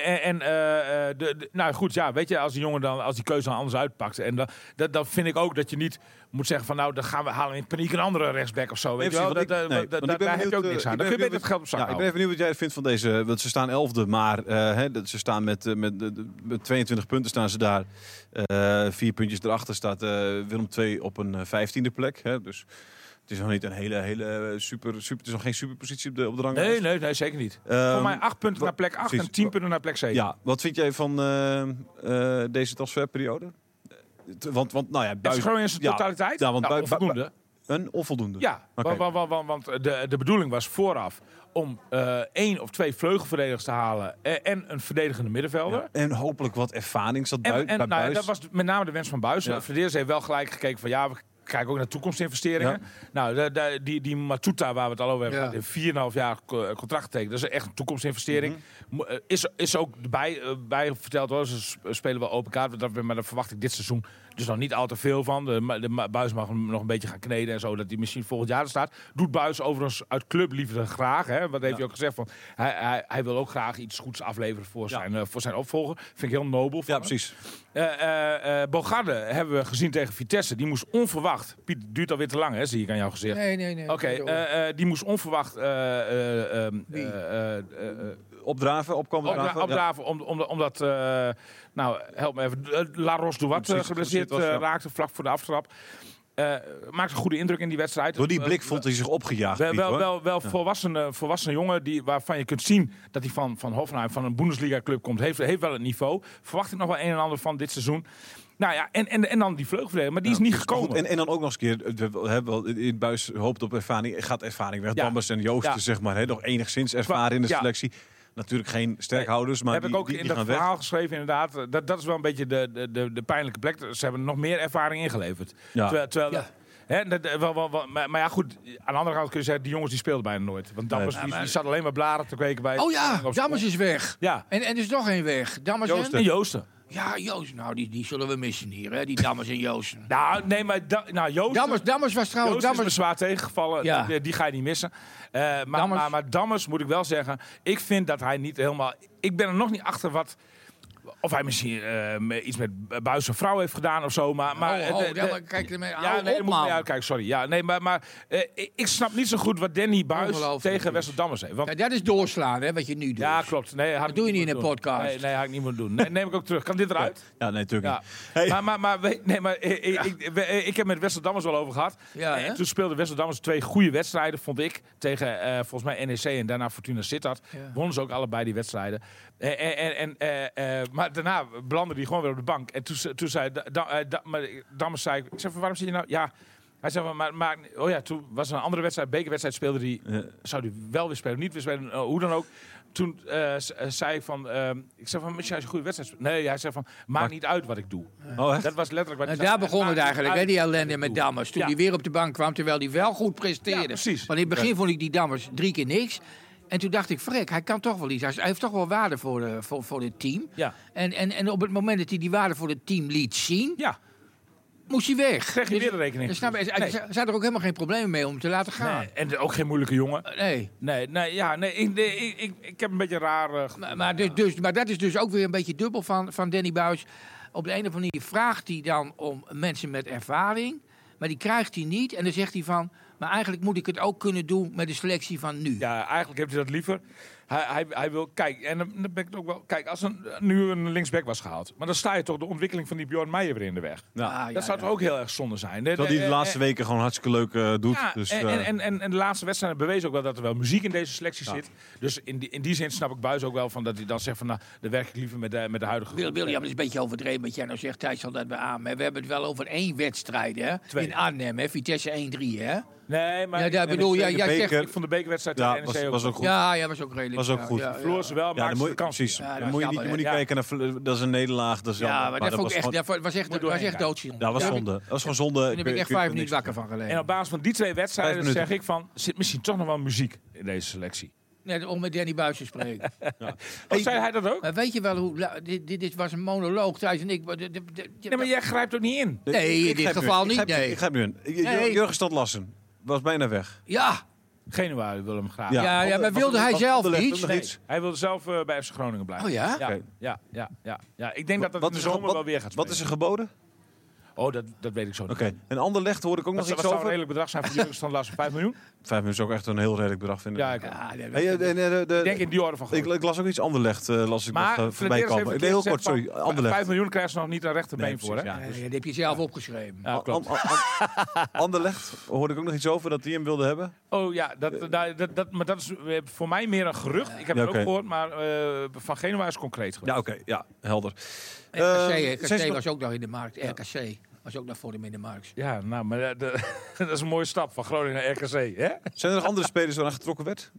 Nou goed, ja, weet je, als die jongen dan, als die keuze dan anders uitpakt. En dan vind ik ook dat je niet moet zeggen van nou, dan halen we in paniek een andere rechtsback of zo. Weet je wel? Daar heb je ook niks aan. Dan kun je beter het geld op zak houden. Ik ben even benieuwd wat jij vindt van deze. Want ze staan 11e, maar ze staan met 22 punten staan ze daar. 4 puntjes erachter staat Willem II op een 15e plek. Hè? Dus het is nog niet een hele super. Het is nog geen superpositie op de ranglijst. Nee, zeker niet. Voor mij 8 punten naar plek 8 en 10 punten naar plek 7. Ja, wat vind jij van deze transferperiode? Want nou ja, Buis gewoon in zijn totaliteit? Ja, want onvoldoende. Een onvoldoende. Ja, okay. want de bedoeling was vooraf om 1 of 2 vleugelverdedigers te halen en een verdedigende middenvelder. Ja, en hopelijk wat ervaring zat bij Buis. Ja, dat was met name de wens van Buis. Ja. De verdedigers heeft wel gelijk gekeken van we kijken ook naar toekomstinvesteringen. Ja. Nou, die Matuta waar we het al over hebben, heeft 4,5 jaar contract getekend. Dat is echt een toekomstinvestering. Mm-hmm. Is ook bij verteld hoor. Ze spelen wel open kaart, maar daar verwacht ik dit seizoen dus nog niet al te veel van. De Buis mag hem nog een beetje gaan kneden en zo, dat hij misschien volgend jaar er staat. Doet Buis overigens uit clubliefde graag. Hè? Wat heeft hij ook gezegd? Van, hij wil ook graag iets goeds afleveren voor zijn opvolger. Vind ik heel nobel. Ja, precies. Bogarde hebben we gezien tegen Vitesse. Die moest onverwacht. Piet, duurt alweer te lang, hè? Zie ik aan jouw gezicht. Nee. Oké, die moest onverwacht opdraven, omdat help me even, La Ros Duat geblesseerd raakte vlak voor de aftrap. Maakt een goede indruk in die wedstrijd. Door die blik vond hij zich opgejaagd. Wel volwassen jongen waarvan je kunt zien dat hij van Hoffenheim, van een Bundesliga club komt. Heeft wel het niveau. Verwacht ik nog wel een en ander van dit seizoen. Nou ja, en dan die vleugelverdediger, maar die is niet gekomen. En dan ook nog eens een keer, in Buis hoopt op ervaring, gaat ervaring weg. Dammers en Joosten, zeg maar, nog enigszins ervaren in de selectie. Natuurlijk geen sterkhouders, maar heb ik ook in dat verhaal geschreven inderdaad. Dat is wel een beetje de pijnlijke plek. Ze hebben nog meer ervaring ingeleverd. Ja. Terwijl maar ja, goed. Aan de andere kant kun je zeggen, die jongens die speelden bijna nooit. Want Dammers die zat alleen maar blaren te kweken bij. Oh ja, Dammers is weg. Ja. En er is nog één weg. Dammers en Joosten. Ja, Joost. Nou, die zullen we missen hier, hè? Die Dammers en Joosten. Nou, nee, maar Joosten... Dammers was trouwens... Joost is me zwaar tegengevallen. Ja. Die ga je niet missen. Maar Dammers, moet ik wel zeggen... Ik vind dat hij niet helemaal... Ik ben er nog niet achter wat... Of hij misschien iets met Buis zijn vrouw heeft gedaan of zo. Maar kijk ermee aan. Ja, nee, dat moet ik niet uitkijken, sorry. Ja, nee, maar ik snap niet zo goed wat Danny Buis tegen Wessel Dammers heeft. Want, dat is doorslaan, hè, wat je nu doet. Ja, klopt. Nee, dat doe je niet in een podcast. Nee, had ik niet moeten doen. Nee, neem ik ook terug. Kan dit eruit? Ja, nee, natuurlijk niet. Hey. Ik heb met Wessel Dammers wel over gehad. Ja, en toen speelde Wessel Dammers 2 goede wedstrijden, vond ik. Tegen volgens mij NEC en daarna Fortuna Sittard. Ja. Wonnen ze ook allebei die wedstrijden. Maar daarna belandde hij gewoon weer op de bank. En toen zei Dammers, zei ik zei van, waarom zit je nou... Ja, hij zei van, maar toen was er een andere wedstrijd, bekerwedstrijd speelde die... Zou die wel weer spelen, niet weer spelen, hoe dan ook. Toen zei ik van... ik zei van, misschien als je een goede wedstrijd speelt. Nee, hij zei van, maakt niet uit wat ik doe. Dat was letterlijk wat hij zei. Daar begon het eigenlijk, hè, die ellende met Dammers. Toen hij weer op de bank kwam, terwijl hij wel goed presteerde. Ja, precies. Want in het begin vond ik die Dammers 3 keer niks. En toen dacht ik, vrek, hij kan toch wel iets. Hij heeft toch wel waarde voor het team. Ja. En op het moment dat hij die waarde voor het team liet zien... moest hij weg. Krijg je weer de rekening. Dus, er zijn er ook helemaal geen problemen mee om hem te laten gaan. Nee, en ook geen moeilijke jongen. Ik heb een beetje raar... Maar dat is dus ook weer een beetje dubbel van Danny Buis. Op de een of andere manier vraagt hij dan om mensen met ervaring... Maar die krijgt hij niet. En dan zegt hij van... Maar eigenlijk moet ik het ook kunnen doen met de selectie van nu. Ja, eigenlijk heeft hij dat liever. Hij wil... Kijk, en dan ben ik het ook wel... Kijk, als nu een linksback was gehaald... Maar dan sta je toch de ontwikkeling van die Bjorn Meijer weer in de weg. Dat zou toch ook heel erg zonde zijn. Dat hij de laatste weken gewoon hartstikke leuk doet. Ja, dus, en de laatste wedstrijden bewezen ook wel dat er wel muziek in deze selectie zit. Dus in die zin snap ik Buis ook wel van dat hij dan zegt van... Nou, dan werk ik liever met de huidige... William is een beetje overdreven wat jij nou zegt. Hij zal dat beamen. We hebben het wel over 1 wedstrijd, hè? 2. In Arnhem, hè? Vitesse 1-3, hè? Nee, maar... Ja, bedoel, jij zegt... Ik vond de bekerwedstrijd tegen NEC was ook goed. Ja, was ook redelijk. Was ook goed. Verloor ze wel, maar de kans. Precies. Dan moet je niet kijken naar... Dat is een nederlaag. Dat is maar dat was echt doodzien. Dat was zonde. Dat was gewoon zonde. Daar heb ik echt 5 minuten wakker van gelegen. En op basis van die 2 wedstrijden zeg ik van... Zit misschien toch nog wel muziek in deze selectie. Nee, om met Danny Buis te spreken. Zei hij dat ook? Weet je wel hoe... Dit was een monoloog. Thijs en ik... Nee, maar jij grijpt ook niet in. Nee, in dit geval niet. Ik ga nu in. Jurgen Stad Lassen was bijna weg. Ja. Genua wil hem graag. Ja, maar wilde hij zelf iets? Nee, hij wilde zelf bij FC Groningen blijven. Oh ja? Ja. Ik denk dat in de zomer wel weer gaat spelen. Wat is er geboden? Oh, dat weet ik zo niet. Oké. En Anderlecht hoorde ik ook nog iets over. Wat zou een redelijk bedrag zijn voor jullie stand laatst 5 miljoen? 5 miljoen is ook echt een heel redelijk bedrag, vind ik. Ja, ik denk in die orde van ik las ook iets Anderlecht, las ik nog voorbij komen. Ik deed heel kort, sorry. Anderlecht. 5 miljoen krijgen ze nog niet een rechterbeen voor, hè? Ja, dat heb je zelf opgeschreven. Ja, klopt. Anderlecht hoorde ik ook nog iets over dat die hem wilde hebben. Oh ja, maar dat is voor mij meer een gerucht. Ik heb het ook gehoord, maar van Genua is concreet geweest. Ja, oké. Ja, helder. RKC was ook nog in de markt. RKC was ook nog voor hem in de markt. Ja, nou, maar dat is een mooie stap van Groningen naar RKC. Hè? Zijn er nog andere spelers waar aan getrokken werd?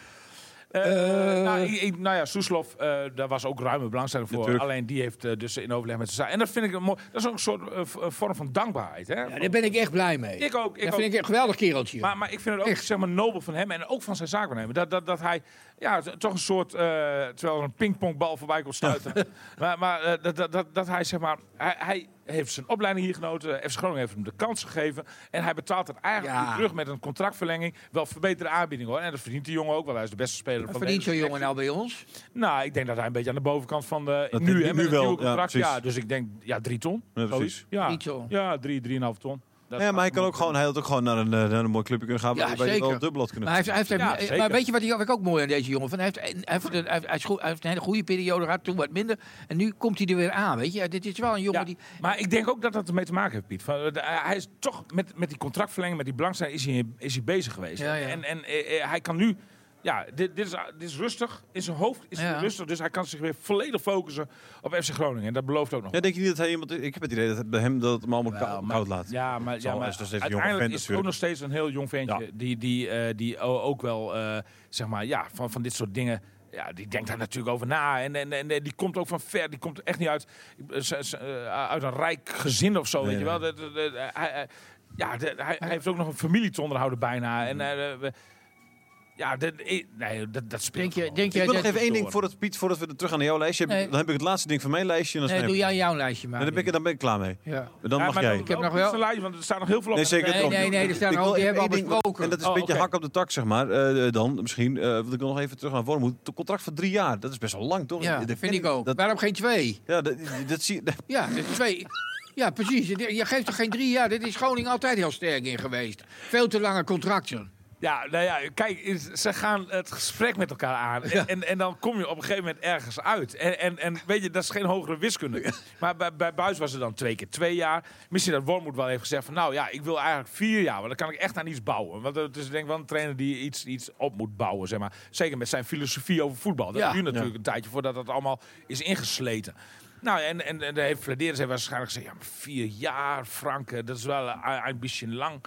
Soeslof, daar was ook ruime belangstelling voor. Natuurlijk. Alleen die heeft dus in overleg met zijn zaak. En dat vind ik mooi. Dat is ook een soort vorm van dankbaarheid. Hè? Ja, daar ben ik echt blij mee. Ik ook. Dat vind ik een geweldig kereltje. Maar ik vind het ook zeg maar, nobel van hem en ook van zijn zaakwaarnemer. Dat hij toch een soort, terwijl er een pingpongbal voorbij komt stuiten. maar dat hij zeg maar, hij heeft zijn opleiding hier genoten. FC Groningen heeft hem de kans gegeven. En hij betaalt het eigenlijk terug met een contractverlenging. Wel verbeterde aanbieding hoor. En dat verdient die jongen ook wel. Hij is de beste speler van verdient zo'n jongen nou bij ons? Nou, ik denk dat hij een beetje aan de bovenkant van de... Nu wel. Nieuwe contract. Ja, dus ik denk 3 ton. Ja, precies. 3 ton. Ja, 3,5 ton. Ja, maar hij kan ook gewoon, hij had ook gewoon naar een mooi clubje kunnen gaan. Ja, waar hij wel dubbel had kunnen. Maar weet je wat ik ook mooi aan deze jongen vind? Hij heeft een hele goede periode gehad, toen wat minder. En nu komt hij er weer aan, weet je. Dit is wel een jongen die... Maar ik denk ook dat dat ermee te maken heeft, Piet. Hij is toch met die contractverlenging, met die belangstelling, is hij bezig geweest. Ja. En hij kan nu... Ja, dit is rustig. In zijn hoofd is het rustig. Dus hij kan zich weer volledig focussen op FC Groningen. En dat belooft ook nog. Ja, denk je niet dat hij iemand... Ik heb het idee dat bij hem dat het hem allemaal koud laat. Ja, maar uiteindelijk is het ook nog steeds een heel jong ventje. Ja. Die ook wel, zeg maar, van dit soort dingen... Ja, die denkt daar natuurlijk over na. En die komt ook van ver. Die komt echt niet uit een rijk gezin of zo, weet je wel. Hij heeft ook nog een familie te onderhouden bijna. En... dat speelt. Ik wil nog even één ding voordat we terug aan jouw lijstje hebben. Dan heb ik het laatste ding van mijn lijstje. En dan doe jij jouw lijstje maar. Dan ben ik klaar mee. Ja. Dan mag jij. Ik heb nog wel een lijstje, want er staat nog heel veel op. Nee, zeker. Nee, er staan al. Die hebben we al besproken. En dat is een beetje hak op de tak, zeg maar. Dan misschien. Want ik wil nog even terug naar Wormoed. Een contract van 3 jaar. Dat is best wel lang, toch? Ja, dat vind ik ook. Waarom geen 2? Ja, dat zie je. Ja, dat is 2. Ja, precies. Je geeft toch geen 3 jaar? Dit is Groningen altijd heel sterk in geweest. Veel te lange contracten. Ja, nou ja, kijk, ze gaan het gesprek met elkaar aan. En dan kom je op een gegeven moment ergens uit. En weet je, dat is geen hogere wiskunde. Maar bij Buijs was het dan 2 keer 2 jaar. Misschien dat Wormoed wel heeft gezegd van... Nou ja, ik wil eigenlijk 4 jaar. Want dan kan ik echt aan iets bouwen. Want het is denk ik wel een trainer die iets op moet bouwen, zeg maar. Zeker met zijn filosofie over voetbal. Dat duurt natuurlijk een tijdje voordat dat allemaal is ingesleten. Nou, en de heeft Vladeres heeft waarschijnlijk gezegd... Ja, maar 4 jaar, Frank, dat is wel een beetje lang.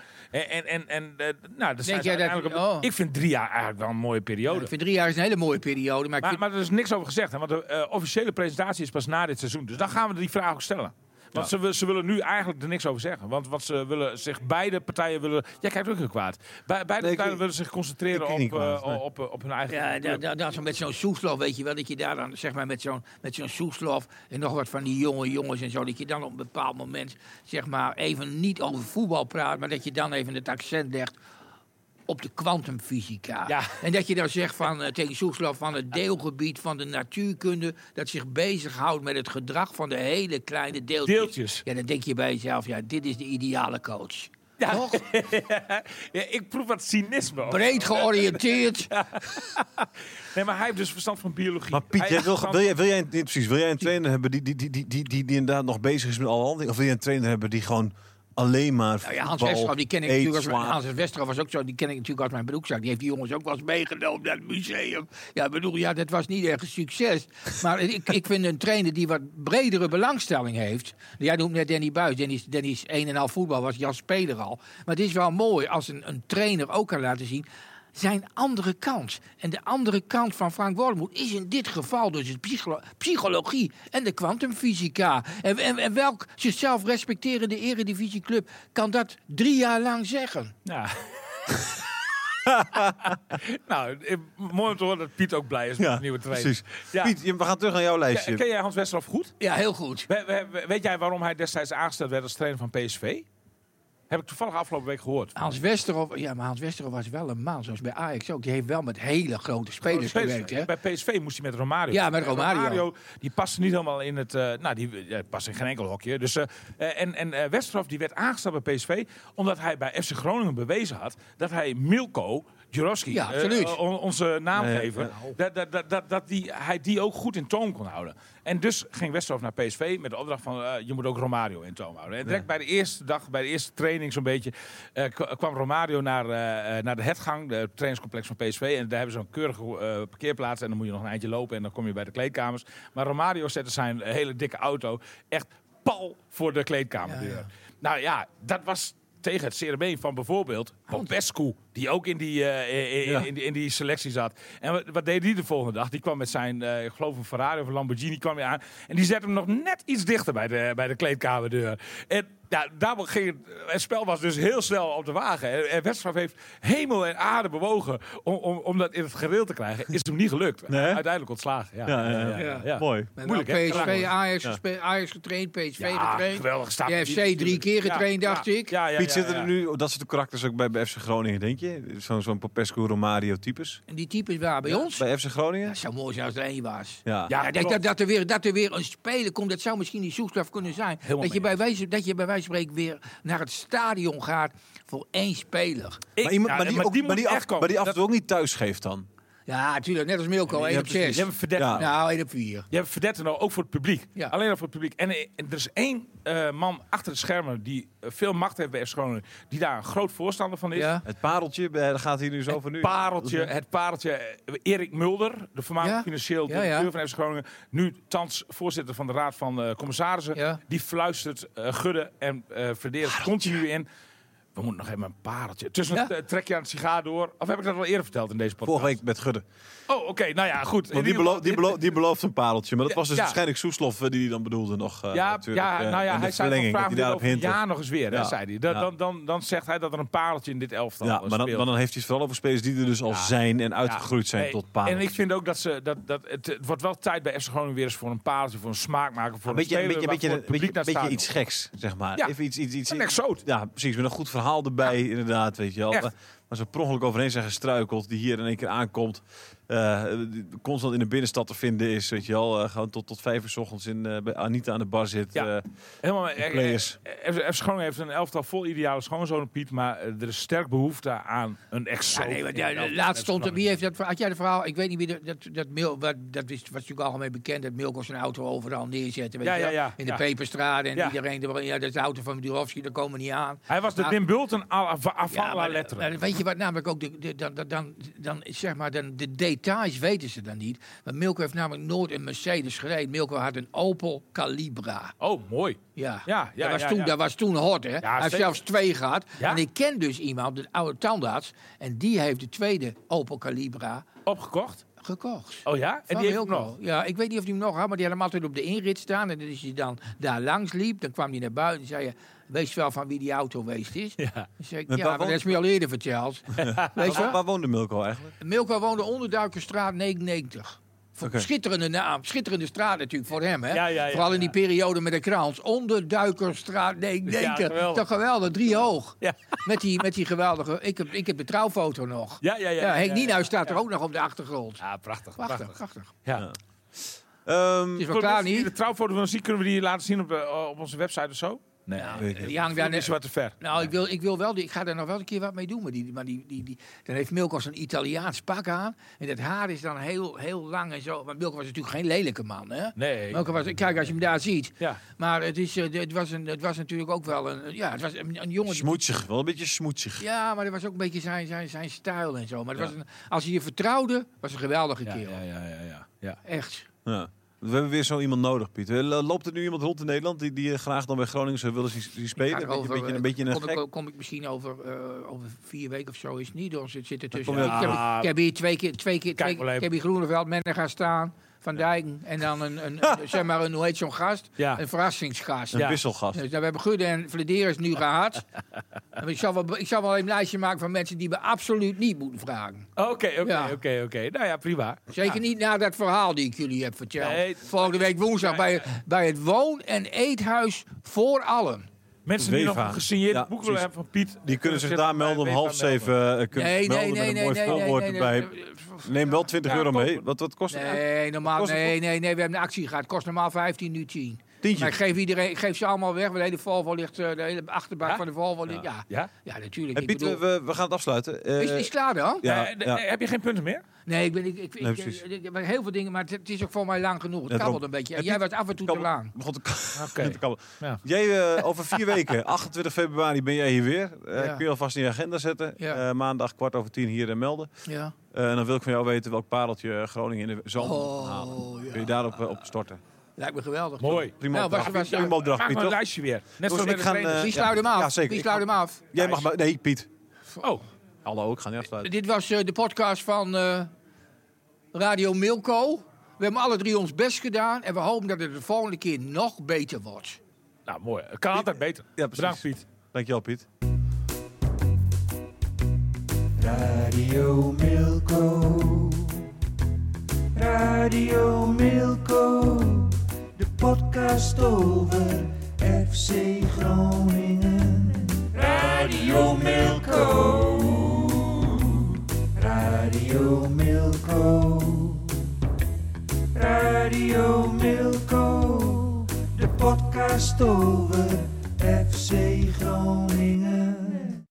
Dat denk jij dat... Ik vind 3 jaar eigenlijk wel een mooie periode. Ik vind 3 jaar is een hele mooie periode. Maar er is niks over gezegd. Hè, want de officiële presentatie is pas na dit seizoen. Dus dan gaan we die vraag ook stellen. Want ze willen nu eigenlijk er niks over zeggen. Want wat ze willen zich, beide partijen willen... Jij kijkt ook heel kwaad. Beide partijen willen zich concentreren op hun eigen... Ja, dat met zo'n Soeslof, weet je wel. Dat je daar dan, zeg maar, met zo'n Soeslof en nog wat van die jonge jongens en zo. Dat je dan op een bepaald moment, zeg maar, even niet over voetbal praat. Maar dat je dan even het accent legt op de kwantumfysica. Ja. En dat je dan zegt tegen Soeslof van het deelgebied van de natuurkunde... dat zich bezighoudt met het gedrag van de hele kleine deeltjes. Ja, dan denk je bij jezelf, dit is de ideale coach. Ja. Toch? Ja, ik proef wat cynisme. Breed georiënteerd. Nee, maar hij heeft dus verstand van biologie. Maar Piet, wil jij een trainer hebben die inderdaad nog bezig is met alle andere dingen? Of wil jij een trainer hebben die gewoon... alleen maar Hans Westerhof, die ken ik natuurlijk Hans Westerhof was ook zo, die ken ik natuurlijk uit mijn broekzak. Die heeft die jongens ook wel eens meegenomen naar het museum. Ja, dat was niet erg een succes. Maar ik vind een trainer die wat bredere belangstelling heeft. Jij noemt net Danny Buijs. Danny's 1,5 voetbal was Jan Speler al. Maar het is wel mooi als een trainer ook kan laten zien zijn andere kant. En de andere kant van Frank Wormoed is in dit geval dus de psychologie en de kwantumfysica. En welk zichzelf respecterende eredivisieclub kan dat 3 jaar lang zeggen? Ja. Nou, mooi om te horen dat Piet ook blij is met de nieuwe trainer. Precies. Ja. Piet, we gaan terug naar jouw lijstje. Ken jij Hans Westerhof goed? Ja, heel goed. Weet jij waarom hij destijds aangesteld werd als trainer van PSV? Heb ik toevallig afgelopen week gehoord. Hans Westerhof was wel een man, zoals bij Ajax ook. Die heeft wel met hele grote spelers gewerkt. Hè? Bij PSV moest hij met Romario. Ja, met Romario. Die paste niet helemaal in het... die past in geen enkel hokje. Dus, en Westerhof die werd aangesteld bij PSV... omdat hij bij FC Groningen bewezen had... dat hij Milko... Jurovski, onze naamgever, dat hij die ook goed in toom kon houden. En dus ging Westerhof naar PSV met de opdracht van... je moet ook Romario in toom houden. En direct bij de eerste dag, bij de eerste training zo'n beetje... kwam Romario naar de Hetgang, de trainingscomplex van PSV. En daar hebben ze een keurige parkeerplaats. En dan moet je nog een eindje lopen en dan kom je bij de kleedkamers. Maar Romario zette zijn hele dikke auto echt pal voor de kleedkamerdeur. Ja. Nou ja, dat was... tegen het CRB van bijvoorbeeld Popescu, die ook in die selectie zat. En wat deed hij de volgende dag? Die kwam met zijn, ik geloof een Ferrari of een Lamborghini kwam weer aan. En die zette hem nog net iets dichter bij de kleedkamerdeur. En daar ging het spel was dus heel snel op de wagen. En Westerhof heeft hemel en aarde bewogen om dat in het gereel te krijgen. Is hem niet gelukt. Nee? Uiteindelijk ontslagen. Ja. Mooi. Moeilijk, PSV, Ajax getraind, PSV getraind. Geweldig staat. De FC 3 keer getraind, dacht ik. Piet, zitten er nu dat soort karakters ook bij FC Groningen, denk je? Zo'n Popescu, Romario types? En die types waren bij ons? Bij FC Groningen? Dat zou mooi zijn als er één was. Ja, dat er weer een speler komt, dat zou misschien die zoekstraf kunnen zijn. Dat je bij wijze van spreken weer naar het stadion gaat voor één speler. Maar die af en toe ook niet thuis geeft dan? Ja, natuurlijk. Net als Milko, 1 op 6. Je hebt Verdette. Nou, 1 op 4. Je hebt Verdette nou ook voor het publiek. Ja. Alleen al voor het publiek. En er is één man achter de schermen die veel macht heeft bij FC Groningen, die daar een groot voorstander van is. Ja. Het pareltje, daar gaat hij nu zo over nu. Het pareltje. Erik Mulder, de voormalig financieel directeur van FC Groningen, nu thans voorzitter van de Raad van Commissarissen. Ja. Die fluistert Gudde en Verderes continu in. We moeten nog even een pareltje. Tussen trek je aan het sigaar door. Of heb ik dat al eerder verteld in deze podcast? Vorige week met Gudde. Oh, oké. Nou ja, goed. Want die belooft een pareltje. Maar dat was dus waarschijnlijk Soeslof die hij dan bedoelde nog. Hij zei nog over een jaar nog eens weer. Zei hij. Dan zegt hij dat er een pareltje in dit elftal maar dan heeft hij het vooral over spelers die er dus al zijn en uitgegroeid zijn tot pareltjes. En ik vind ook dat het wordt wel tijd bij FC Groningen weer eens voor een pareltje, voor een smaakmaker, voor een beetje iets geks, zeg maar. Ja, even iets een exoot. Ja, precies. Met een goed verhaal erbij, inderdaad, weet je wel. Maar zo per ongeluk overheen zijn gestruikeld, die hier in één keer aankomt. Constant in de binnenstad te vinden is, weet je wel. Gewoon tot 5 uur 's ochtends bij Anita aan de bar zit. Helemaal. FC Groningen heeft een elftal vol ideale schoonzonen, Piet. Maar er is sterk behoefte aan een exoot. Laatst stond er, wie heeft dat? Had jij de verhaal? Ik weet niet wie dat was natuurlijk algemeen bekend. Dat Milko zijn auto overal neerzette. In de Peperstraat en iedereen. Dat is de auto van Jurovski, daar komen niet aan. Hij was de Wim Bulten à letteren. Weet je wat namelijk ook de details weten ze dan niet. Maar Milko heeft namelijk nooit een Mercedes gereden. Milko had een Opel Calibra. Oh, mooi. Dat was toen hot, hè? Hij heeft zelfs 2 gehad. Ja? En ik ken dus iemand, de oude tandarts. En die heeft de tweede Opel Calibra gekocht. Oh ja? En die heeft hem nog? Ja, ik weet niet of hij hem nog had, maar die had hem altijd op de inrit staan. En als je dan daar langs liep, dan kwam hij naar buiten en zei je, wees wel van wie die auto geweest is. Ja. Dan zei ik, maar dat is me al eerder verteld. Waar woonde Milko eigenlijk? Milko woonde Onderduikerstraat 99. Schitterende naam, schitterende straat natuurlijk voor hem. Hè? Vooral in die periode met de krans. Onderduikerstraat 99. Toch geweldig, 3 hoog. Ja. Met die geweldige... Ik heb de trouwfoto nog. Henk Nienhuis staat er ook nog op de achtergrond. Ja, prachtig. Ja. Het is wel klaar niet. De trouwfoto van kunnen we die laten zien op onze website of zo? Nee, die hangt daar net wat te ver. Nou, ik wil wel. Ik ga daar nog wel een keer wat mee doen. Maar dan heeft Milko zo'n Italiaans pak aan. En dat haar is dan heel lang en zo. Maar Milko was natuurlijk geen lelijke man, hè? Nee. Milko was, kijk, als je hem daar ziet. Ja. Maar het was natuurlijk ook wel het was een jongen. Smoetsig, wel een beetje smoetsig. Ja, maar dat was ook een beetje zijn stijl en zo. Maar het was als hij je vertrouwde, was een geweldige kerel. Ja. Echt. Ja. We hebben weer zo iemand nodig, Piet. Loopt er nu iemand rond in Nederland die graag dan bij Groningen zou willen zien spelen? Een beetje een gek? Kom ik misschien over 4 weken of zo is het niet. Dus het zit er tussen. Ik heb hier twee keer ik heb hier Groeneveld Menner gaan staan. Van Dijken en dan een hoe heet zo'n gast? Ja. Een verrassingsgast. Een wisselgast. Dus we hebben Gudde en Vladeris nu gehad. Ik zal wel een lijstje maken van mensen die we absoluut niet moeten vragen. Oké. Nou ja, prima. Zeker niet na dat verhaal die ik jullie heb verteld. Nee, volgende week woensdag bij het woon- en eethuis voor allen. Mensen die nog een gesigneerd boek willen hebben van Piet... Die kunnen zich daar melden om 6:30. Nee, met een mooi voorwoord erbij. Neem wel €20 mee. Wat kost het? Nee, normaal. Nee, we hebben een actie gehad. Het kost normaal 15, nu 10. Maar ik geef ze allemaal weg. De hele Volvo ligt, de hele achterbak van de Volvo ligt. Ja, natuurlijk. Hey, Piet, we gaan het afsluiten. Is het klaar dan? Heb je geen punten meer? Nee, ik heb heel veel dingen, maar het is ook voor mij lang genoeg. Het kabbelt een beetje. En jij werd af en toe te lang. Jij over 4 weken, 28 februari, ben jij hier weer. Kun je alvast in je agenda zetten. Maandag 9:15 hier melden. Ja. En dan wil ik van jou weten welk pareltje Groningen in de zon halen. Kun je daarop op starten? Lijkt me geweldig. Mooi. Prima opdracht, Maak Piet, een lijstje weer. Net zoals met de trainers. Wie sluit hem af? Ja, zeker. Wie sluit hem af? Jij mag maar... Nee, Piet. Oh. Hallo, ik ga niet afsluiten. Dit was de podcast van Radio Milko. We hebben alle 3 ons best gedaan. En we hopen dat het de volgende keer nog beter wordt. Nou, mooi. Het kan altijd beter. Ja, bedankt, Piet. Dankjewel, Piet. Radio Milko. Radio Milko. De podcast over FC Groningen. Radio Milko. Radio Milko. Radio Milko. De podcast over FC Groningen.